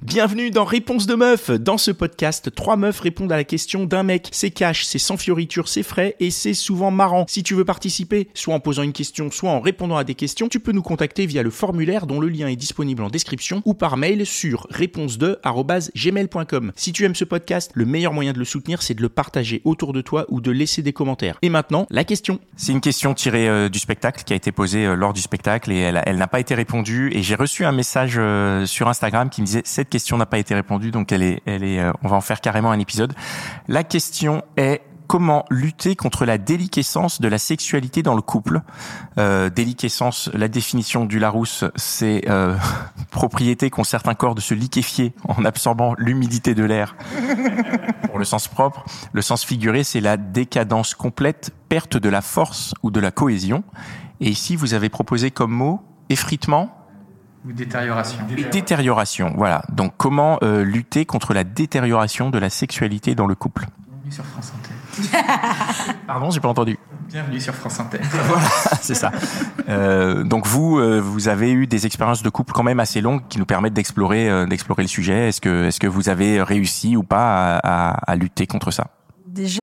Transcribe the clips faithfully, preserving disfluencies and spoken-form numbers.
Bienvenue dans Réponse de meuf. Dans ce podcast, trois meufs répondent à la question d'un mec. C'est cash, c'est sans fioriture, c'est frais et c'est souvent marrant. Si tu veux participer, soit en posant une question, soit en répondant à des questions, tu peux nous contacter via le formulaire dont le lien est disponible en description ou par mail sur réponse deux arobase gmail point com. Si tu aimes ce podcast, le meilleur moyen de le soutenir, c'est de le partager autour de toi ou de laisser des commentaires. Et maintenant, la question. C'est une question tirée euh, du spectacle qui a été posée euh, lors du spectacle et elle, elle n'a pas été répondue. Et j'ai reçu un message euh, sur Instagram qui me disait cette question n'a pas été répondue, donc elle est, elle est, euh, on va en faire carrément un épisode. La question est: comment lutter contre la déliquescence de la sexualité dans le couple? euh, Déliquescence, la définition du Larousse, c'est euh, propriété qu'ont certains corps de se liquéfier en absorbant l'humidité de l'air. Pour le sens propre, le sens figuré, c'est la décadence complète, perte de la force ou de la cohésion. Et ici, vous avez proposé comme mot effritement ou détérioration. Et détérioration, voilà. Donc, comment euh, lutter contre la détérioration de la sexualité dans le couple? Bienvenue sur France Inter. Pardon, j'ai pas entendu. Bienvenue sur France Inter. Voilà, c'est ça. Euh, donc vous, euh, vous avez eu des expériences de couple quand même assez longues qui nous permettent d'explorer, euh, d'explorer le sujet. Est-ce que, est-ce que vous avez réussi ou pas à, à, à lutter contre ça? Déjà.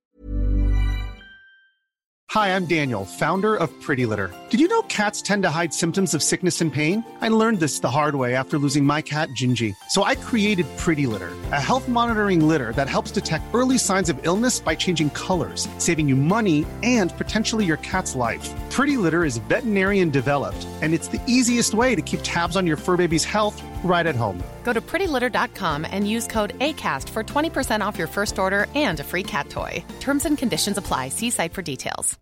Hi, I'm Daniel, founder of Pretty Litter. Did you know cats tend to hide symptoms of sickness and pain? I learned this the hard way after losing my cat, Gingy. So I created Pretty Litter, a health monitoring litter that helps detect early signs of illness by changing colors, saving you money and potentially your cat's life. Pretty Litter is veterinarian developed, and it's the easiest way to keep tabs on your fur baby's health right at home. Go to pretty litter dot com and use code ACAST for twenty percent off your first order and a free cat toy. Terms and conditions apply. See site for details.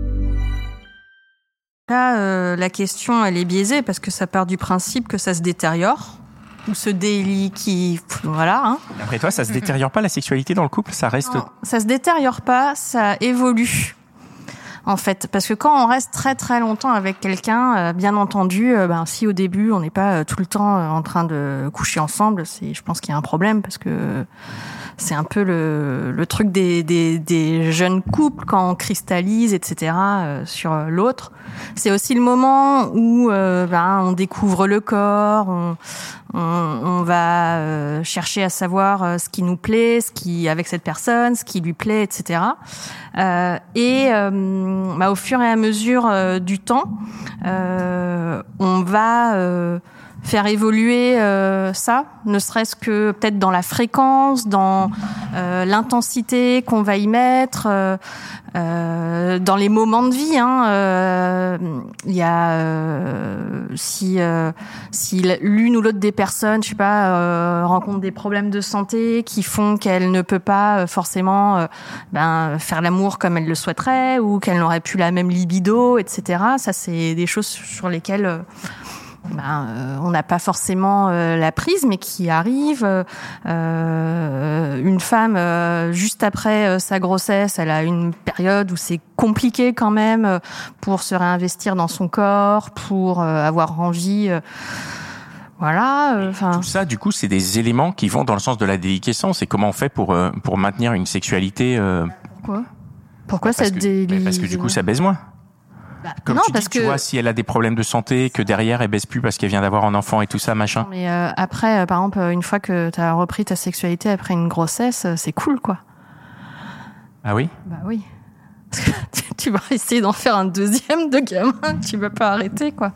Là, euh, la question, elle est biaisée parce que ça part du principe que ça se détériore ou se déliquifie, voilà. Hein. Après toi, ça se détériore pas la sexualité dans le couple? Ça reste... Non, ça se détériore pas, ça évolue. En fait, parce que quand on reste très très longtemps avec quelqu'un, euh, bien entendu, euh, ben si au début on n'est pas euh, tout le temps euh, en train de coucher ensemble, c'est, je pense qu'il y a un problème parce que c'est un peu le, le truc des, des, des jeunes couples quand on cristallise, et cetera euh, sur l'autre. C'est aussi le moment où euh, ben on découvre le corps, on, on, on va euh, chercher à savoir euh, ce qui nous plaît, ce qui avec cette personne, ce qui lui plaît, et cetera. Euh, et euh, bah, au fur et à mesure euh, du temps, euh, on va euh, faire évoluer euh, ça, ne serait-ce que peut-être dans la fréquence, dans euh, l'intensité qu'on va y mettre, euh, euh, dans les moments de vie. Hein, euh, il y a euh, si euh, si l'une ou l'autre des personnes, je sais pas, euh, rencontre des problèmes de santé qui font qu'elle ne peut pas forcément euh, ben faire l'amour comme elle le souhaiterait ou qu'elle n'aurait plus la même libido, et cetera. Ça, c'est des choses sur lesquelles euh, Ben, euh, on n'a pas forcément euh, la prise, mais qui arrive. Euh, une femme, euh, juste après euh, sa grossesse, elle a une période où c'est compliqué quand même euh, pour se réinvestir dans son corps, pour euh, avoir envie... Euh, Voilà. Enfin. Euh, Tout ça, du coup, c'est des éléments qui vont dans le sens de la déliquescence. Et comment on fait pour euh, pour maintenir une sexualité euh... Pourquoi Pourquoi parce ça que, délise Parce que du coup, ça baise moins. Bah, Comme non, tu parce dis, que tu vois, si elle a des problèmes de santé, que derrière elle baisse plus parce qu'elle vient d'avoir un enfant et tout ça, machin. Mais euh, après, euh, par exemple, une fois que tu as repris ta sexualité après une grossesse, euh, c'est cool, quoi. Ah oui? Bah oui. Tu vas essayer d'en faire un deuxième de gamin, tu vas pas arrêter, quoi.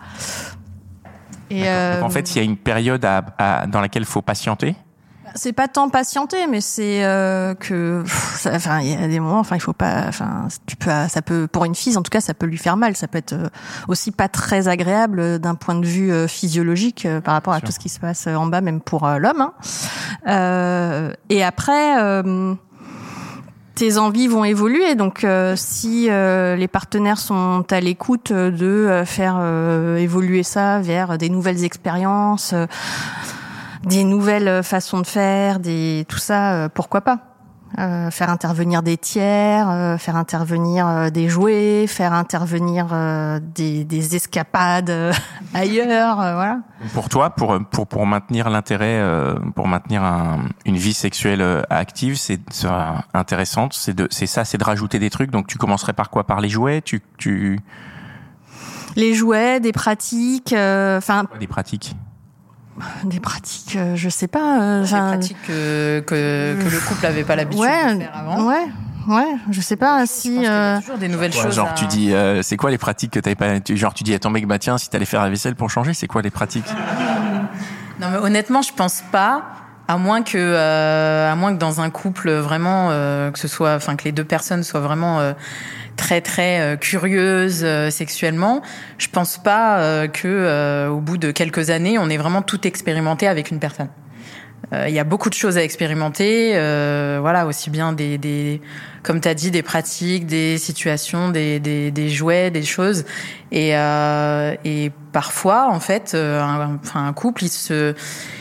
Et euh, Donc en fait, il y a une période à, à, dans laquelle il faut patienter. C'est pas tant patienter, mais c'est euh, que, enfin, il y a des moments, enfin, il faut pas, enfin, tu peux, ça peut, pour une fille, en tout cas, ça peut lui faire mal. Ça peut être aussi pas très agréable d'un point de vue physiologique euh, par rapport à tout ce qui se passe en bas, même pour euh, l'homme. Hein. Euh, et après. Euh, tes envies vont évoluer, donc euh, si euh, les partenaires sont à l'écoute de euh, faire euh, évoluer ça vers des nouvelles expériences, euh, des nouvelles façons de faire, des tout ça, euh, pourquoi pas euh, faire intervenir des tiers, euh, faire intervenir euh, des jouets, faire intervenir euh, des, des escapades euh, ailleurs, euh, voilà. Pour toi, pour pour pour maintenir l'intérêt, euh, pour maintenir un, une vie sexuelle euh, active, c'est, c'est intéressant. C'est de, c'est ça, c'est de rajouter des trucs. Donc tu commencerais par quoi? Par les jouets? Tu tu les jouets, des pratiques, enfin euh, des pratiques. Des pratiques, euh, je sais pas. Euh, Des pratiques que, que, que le couple n'avait pas l'habitude ouais, de faire avant. Ouais, ouais, je sais pas si... Il y euh... a toujours des nouvelles ouais, choses. Genre, à... tu dis, euh, c'est quoi les pratiques que t'avais pas... Tu, genre, tu dis à ton mec, bah tiens, si t'allais faire la vaisselle pour changer, c'est quoi les pratiques? Non, mais honnêtement, je pense pas... À moins que, euh, à moins que dans un couple vraiment, euh, que ce soit, enfin que les deux personnes soient vraiment euh, très très euh, curieuses euh, sexuellement, je pense pas euh, que euh, au bout de quelques années, on ait vraiment tout expérimenté avec une personne. Il euh, y a beaucoup de choses à expérimenter, euh, voilà, aussi bien des, des, comme t'as dit, des pratiques, des situations, des, des, des jouets, des choses, et, euh, et parfois, en fait, euh, un, enfin un couple, il se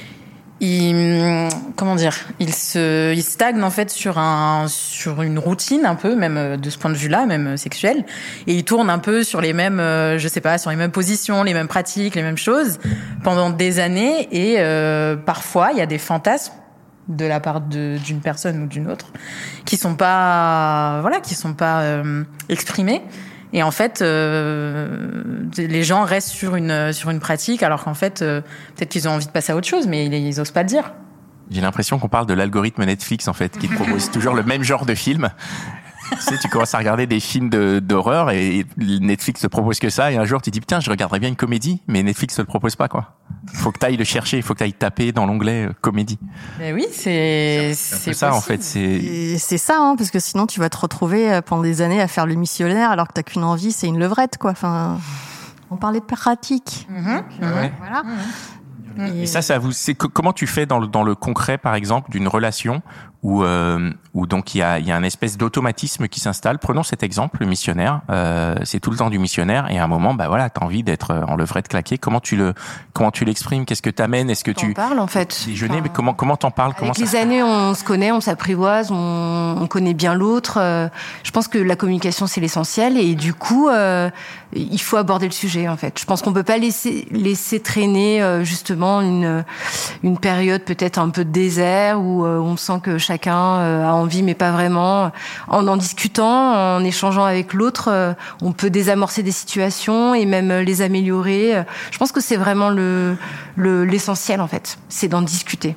Il, comment dire, il se, il stagne en fait sur un, sur une routine un peu, même de ce point de vue-là, même sexuel, et il tourne un peu sur les mêmes, je sais pas, sur les mêmes positions, les mêmes pratiques, les mêmes choses pendant des années, et euh, parfois il y a des fantasmes de la part de, d'une personne ou d'une autre qui sont pas, voilà, qui sont pas euh, exprimés. Et en fait, euh, les gens restent sur une sur une pratique, alors qu'en fait, euh, peut-être qu'ils ont envie de passer à autre chose, mais ils, ils osent pas le dire. J'ai l'impression qu'on parle de l'algorithme Netflix, en fait, qui te propose toujours le même genre de film. Tu sais, tu commences à regarder des films de, d'horreur et Netflix te propose que ça, et un jour tu te dis putain, je regarderais bien une comédie, mais Netflix te le propose pas, quoi. Faut que t'ailles le chercher, il faut que t'ailles taper dans l'onglet euh, comédie. Mais oui, c'est c'est, c'est ça possible. En fait, c'est Et c'est ça, hein, parce que sinon tu vas te retrouver pendant des années à faire le missionnaire alors que t'as qu'une envie, c'est une levrette, quoi. Enfin, on parlait de pratique. Mmh, Donc, euh, ouais. Voilà. Mmh. Et ça, ça vous, c'est que, comment tu fais dans le dans le concret, par exemple, d'une relation où euh, où donc il y a il y a un espèce d'automatisme qui s'installe. Prenons cet exemple, le missionnaire. Euh, c'est tout le temps du missionnaire, et à un moment, bah voilà, t'as envie d'être en levrette claquée. Comment tu le comment tu l'exprimes? Qu'est-ce que t'amènes? Est-ce que T'en tu parles en fait. déjeuner? Mais comment comment t'en parles? Comment Avec ça les années, on se connaît, on s'apprivoise, on, on connaît bien l'autre. Euh, je pense que la communication c'est l'essentiel, et du coup, euh, il faut aborder le sujet en fait. Je pense qu'on peut pas laisser laisser traîner euh, justement une une période peut-être un peu de désert où euh, on sent que chacun euh, a envie mais pas vraiment. En en discutant, en échangeant avec l'autre, euh, on peut désamorcer des situations et même les améliorer. Je pense que c'est vraiment le, le l'essentiel en fait, c'est d'en discuter.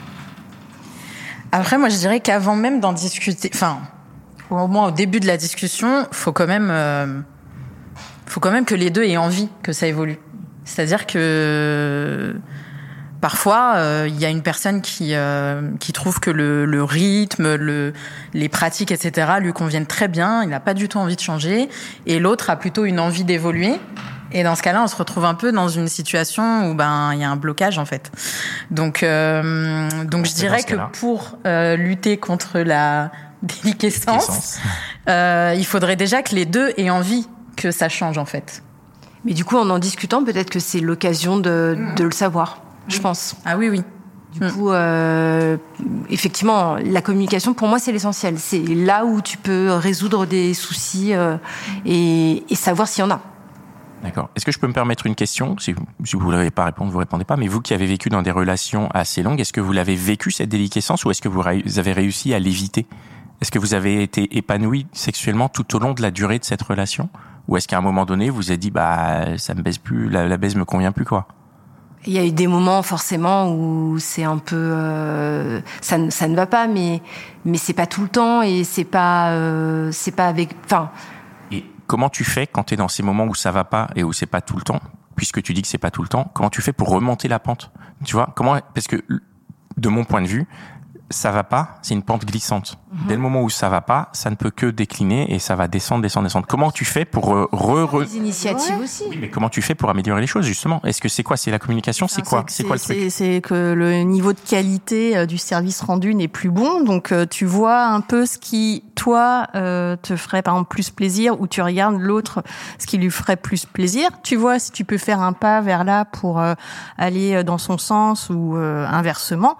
Après, moi, je dirais qu'avant même d'en discuter, enfin, au moins au début de la discussion, faut quand même, euh, faut quand même que les deux aient envie que ça évolue. C'est-à-dire que parfois, il euh, y a une personne qui euh, qui trouve que le, le rythme, le, les pratiques, et cetera, lui conviennent très bien. Il n'a pas du tout envie de changer, et l'autre a plutôt une envie d'évoluer. Et dans ce cas-là, on se retrouve un peu dans une situation où ben il y a un blocage en fait. Donc euh, donc je dirais que pour euh, lutter contre la déliquescence, euh, il faudrait déjà que les deux aient envie que ça change en fait. Mais du coup, en en discutant, peut-être que c'est l'occasion de, mmh. de le savoir, je pense. Ah oui, oui. Du mmh. coup, euh, effectivement, la communication, pour moi, c'est l'essentiel. C'est là où tu peux résoudre des soucis euh, et, et savoir s'il y en a. D'accord. Est-ce que je peux me permettre une question? Si vous si vous voulez pas répondre, vous répondez pas. Mais vous qui avez vécu dans des relations assez longues, est-ce que vous l'avez vécu, cette déliquescence, ou est-ce que vous avez réussi à l'éviter? Est-ce que vous avez été épanoui sexuellement tout au long de la durée de cette relation? Ou est-ce qu'à un moment donné, vous vous êtes dit, bah, ça me baise plus, la, la baise me convient plus, quoi? Il y a eu des moments, forcément, où c'est un peu, euh, ça, ça ne va pas, mais, mais c'est pas tout le temps, et c'est pas, euh, c'est pas avec, enfin. Et comment tu fais quand t'es dans ces moments où ça va pas et où c'est pas tout le temps, puisque tu dis que c'est pas tout le temps, comment tu fais pour remonter la pente? Tu vois, comment, parce que, de mon point de vue, ça va pas, c'est une pente glissante. Mmh. Dès le moment où ça va pas, ça ne peut que décliner et ça va descendre, descendre, descendre. Comment tu fais pour re, re... Des initiatives ouais. aussi. Oui, mais comment tu fais pour améliorer les choses, justement? Est-ce que c'est quoi? C'est la communication? C'est, c'est quoi? C'est, c'est quoi le truc? C'est, c'est que le niveau de qualité euh, du service rendu n'est plus bon. Donc, euh, tu vois un peu ce qui, toi, euh, te ferait, par exemple, plus plaisir, ou tu regardes l'autre, ce qui lui ferait plus plaisir. Tu vois si tu peux faire un pas vers là pour euh, aller dans son sens, ou euh, inversement.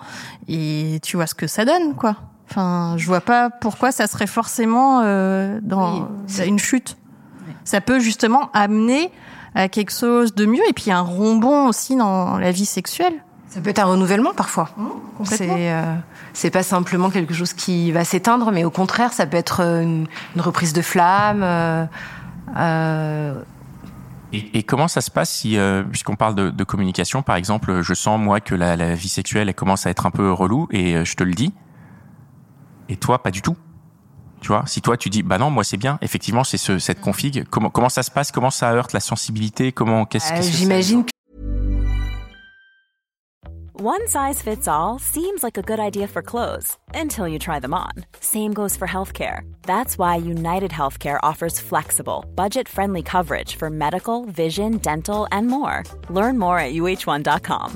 Et tu vois ce que ça donne, quoi. Enfin, je vois pas pourquoi ça serait forcément euh, dans oui, une chute. Oui. Ça peut justement amener à quelque chose de mieux, et puis un rebond aussi dans la vie sexuelle. Ça peut être un renouvellement parfois. Mmh, c'est euh, c'est pas simplement quelque chose qui va s'éteindre, mais au contraire, ça peut être une, une reprise de flamme. Euh, euh, Et, et comment ça se passe si, euh, puisqu'on parle de, de communication, par exemple, je sens moi que la, la vie sexuelle elle commence à être un peu relou et euh, je te le dis, et toi pas du tout. Tu vois, si toi tu dis bah non moi c'est bien, effectivement c'est ce, cette config. Comment comment ça se passe, comment ça heurte la sensibilité, comment qu'est-ce, euh, qu'est-ce que j'imagine ça... One size fits all seems like a good idea for clothes until you try them on. Same goes for healthcare. That's why United Healthcare offers flexible, budget-friendly coverage for medical, vision, dental, and more. Learn more at U H one dot com.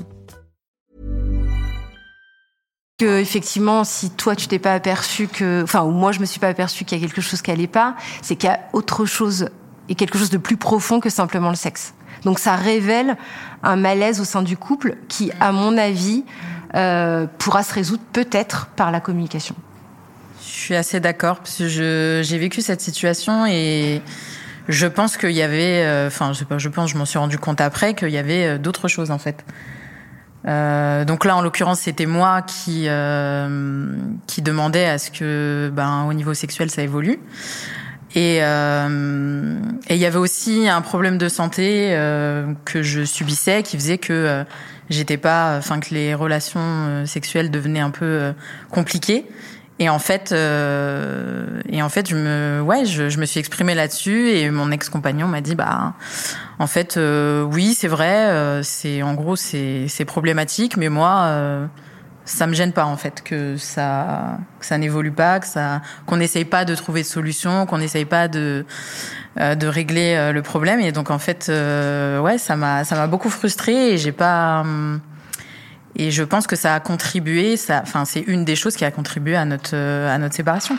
Que effectivement, si toi tu t'es pas aperçu que, enfin, ou moi je me suis pas aperçu qu'il y a quelque chose qui allait pas, c'est qu'il y a autre chose et quelque chose de plus profond que simplement le sexe. Donc ça révèle un malaise au sein du couple qui, à mon avis, euh, pourra se résoudre peut-être par la communication. Je suis assez d'accord parce que je, j'ai vécu cette situation et je pense qu'il y avait, enfin, euh, je sais pas, je pense, je m'en suis rendu compte après qu'il y avait d'autres choses en fait. Euh, donc là, en l'occurrence, c'était moi qui euh, qui demandais à ce que, ben, au niveau sexuel, ça évolue. Et euh, et il y avait aussi un problème de santé euh, que je subissais, qui faisait que euh, j'étais pas, enfin que les relations euh, sexuelles devenaient un peu euh, compliquées. Et en fait, euh, et en fait, je me, ouais, je, je me suis exprimée là-dessus et mon ex-compagnon m'a dit, bah, en fait, euh, oui, c'est vrai, euh, c'est, en gros, c'est, c'est problématique, mais moi, euh, ça me gêne pas en fait que ça, que ça n'évolue pas, que ça, qu'on n'essaye pas de trouver de solution, qu'on n'essaye pas de, euh, de régler euh, le problème. Et donc en fait, euh, ouais, ça m'a, ça m'a beaucoup frustrée et j'ai pas. Hum, Et je pense que ça a contribué, ça, enfin, c'est une des choses qui a contribué à notre, à notre séparation.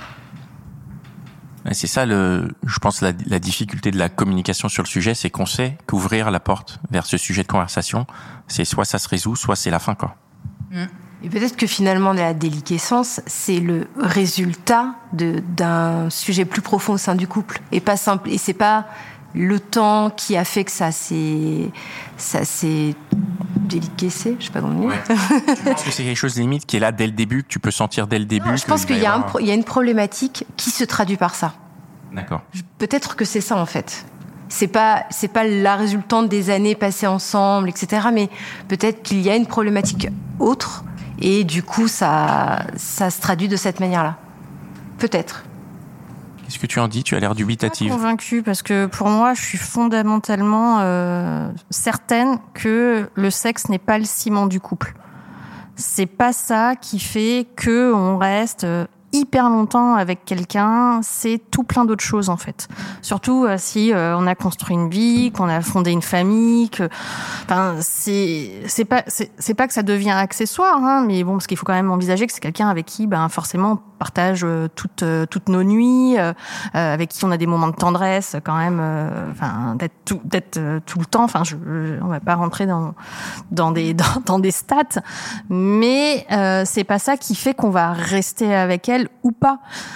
C'est ça, le, je pense, la, la difficulté de la communication sur le sujet, c'est qu'on sait qu'ouvrir la porte vers ce sujet de conversation, c'est soit ça se résout, soit c'est la fin, quoi. Et peut-être que finalement, la déliquescence, c'est le résultat de, d'un sujet plus profond au sein du couple. Et pas simple, et c'est pas le temps qui a fait que ça s'est, ça s'est déliquescé, je sais pas comment dire. Ouais. Je pense que c'est quelque chose de limite qui est là dès le début, que tu peux sentir dès le début. Non, je pense qu'il y a, un, il y a une problématique qui se traduit par ça. D'accord. Peut-être que c'est ça en fait. C'est pas, c'est pas la résultante des années passées ensemble, et cetera. Mais peut-être qu'il y a une problématique autre et du coup ça, ça se traduit de cette manière-là. Peut-être. Qu'est-ce que tu en dis ? Tu as l'air dubitative. Je suis pas convaincue parce que pour moi, je suis fondamentalement euh, certaine que le sexe n'est pas le ciment du couple. C'est pas ça qui fait que on reste euh, hyper longtemps avec quelqu'un. C'est tout plein d'autres choses en fait. Surtout euh, si euh, on a construit une vie, qu'on a fondé une famille, que, enfin, c'est c'est pas c'est, c'est pas que ça devient accessoire, hein, mais bon, parce qu'il faut quand même envisager que c'est quelqu'un avec qui, ben forcément. Partage euh, toutes euh, toutes nos nuits, euh, avec qui on a des moments de tendresse quand même, euh, enfin d'être tout d'être euh, tout le temps. Enfin, je, je, on va pas rentrer dans dans des dans, dans des stats, mais euh, c'est pas ça qui fait qu'on va rester avec elle ou pas.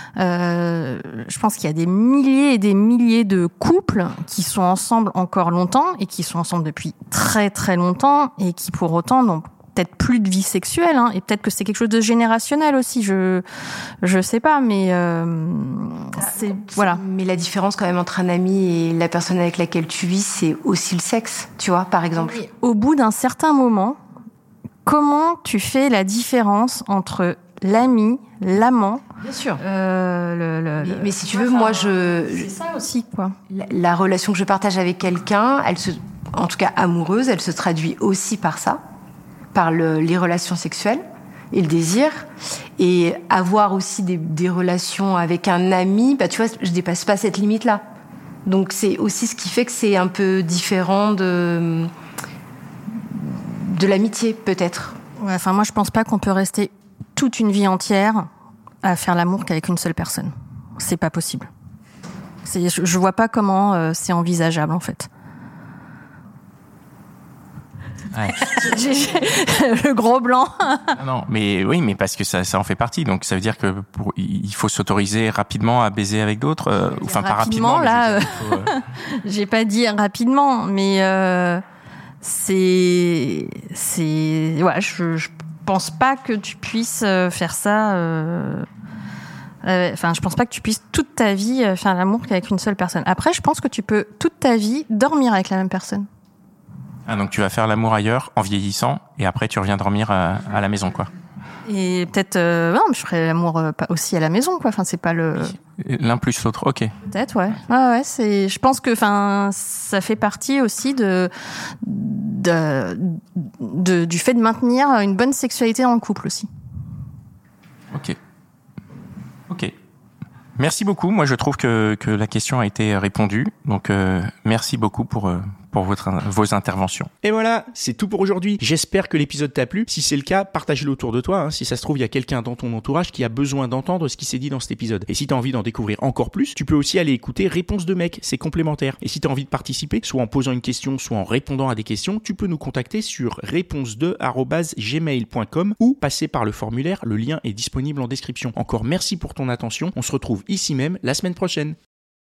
Euh, je pense qu'il y a des milliers et des milliers de couples qui sont ensemble encore longtemps et qui sont ensemble depuis très très longtemps et qui pour autant n'ont peut-être plus de vie sexuelle, hein, et peut-être que c'est quelque chose de générationnel aussi, je je sais pas, mais euh, c'est voilà. Mais la différence quand même entre un ami et la personne avec laquelle tu vis, c'est aussi le sexe, tu vois, par exemple. Et au bout d'un certain moment, comment tu fais la différence entre l'ami, l'amant? Bien sûr. Euh, le, le, mais, mais si tu veux, moi, je c'est ça aussi, quoi. La, la relation que je partage avec quelqu'un, elle se, en tout cas amoureuse, elle se traduit aussi par ça. Par le, les relations sexuelles et le désir, et avoir aussi des, des relations avec un ami, bah tu vois, je dépasse pas cette limite-là. Donc c'est aussi ce qui fait que c'est un peu différent de de l'amitié, peut-être. Ouais, enfin moi je pense pas qu'on peut rester toute une vie entière à faire l'amour qu'avec une seule personne. C'est pas possible. C'est, je, je vois pas comment euh, c'est envisageable en fait. Ouais. J'ai, j'ai, le gros blanc. Non, non, mais oui, mais parce que ça, ça en fait partie. Donc ça veut dire que pour, il faut s'autoriser rapidement à baiser avec d'autres. Euh, enfin, pas rapidement. Là, mais je veux dire, il faut, euh... j'ai pas dit rapidement, mais euh, c'est, c'est, ouais, je, je pense pas que tu puisses faire ça. Euh, Euh, Enfin, je pense pas que tu puisses toute ta vie euh, faire l'amour qu'avec une seule personne. Après, je pense que tu peux toute ta vie dormir avec la même personne. Ah, donc tu vas faire l'amour ailleurs en vieillissant et après tu reviens dormir à, à la maison, quoi. Et peut-être, euh, non, mais je ferais l'amour euh, pas aussi à la maison, quoi. Enfin, c'est pas le. L'un plus l'autre, ok. Peut-être, ouais. Ouais, ouais. C'est. Je pense que, enfin, ça fait partie aussi de, de, de du fait de maintenir une bonne sexualité dans le couple aussi. Ok. Ok. Merci beaucoup. Moi, je trouve que que la question a été répondue. Donc, euh, merci beaucoup pour. Euh, pour votre, vos interventions. Et voilà, c'est tout pour aujourd'hui. J'espère que l'épisode t'a plu. Si c'est le cas, partage-le autour de toi. Hein. Si ça se trouve, il y a quelqu'un dans ton entourage qui a besoin d'entendre ce qui s'est dit dans cet épisode. Et si t'as envie d'en découvrir encore plus, tu peux aussi aller écouter Réponse de mec, c'est complémentaire. Et si t'as envie de participer, soit en posant une question, soit en répondant à des questions, tu peux nous contacter sur réponse deux arobase gmail point com ou passer par le formulaire. Le lien est disponible en description. Encore merci pour ton attention. On se retrouve ici même la semaine prochaine.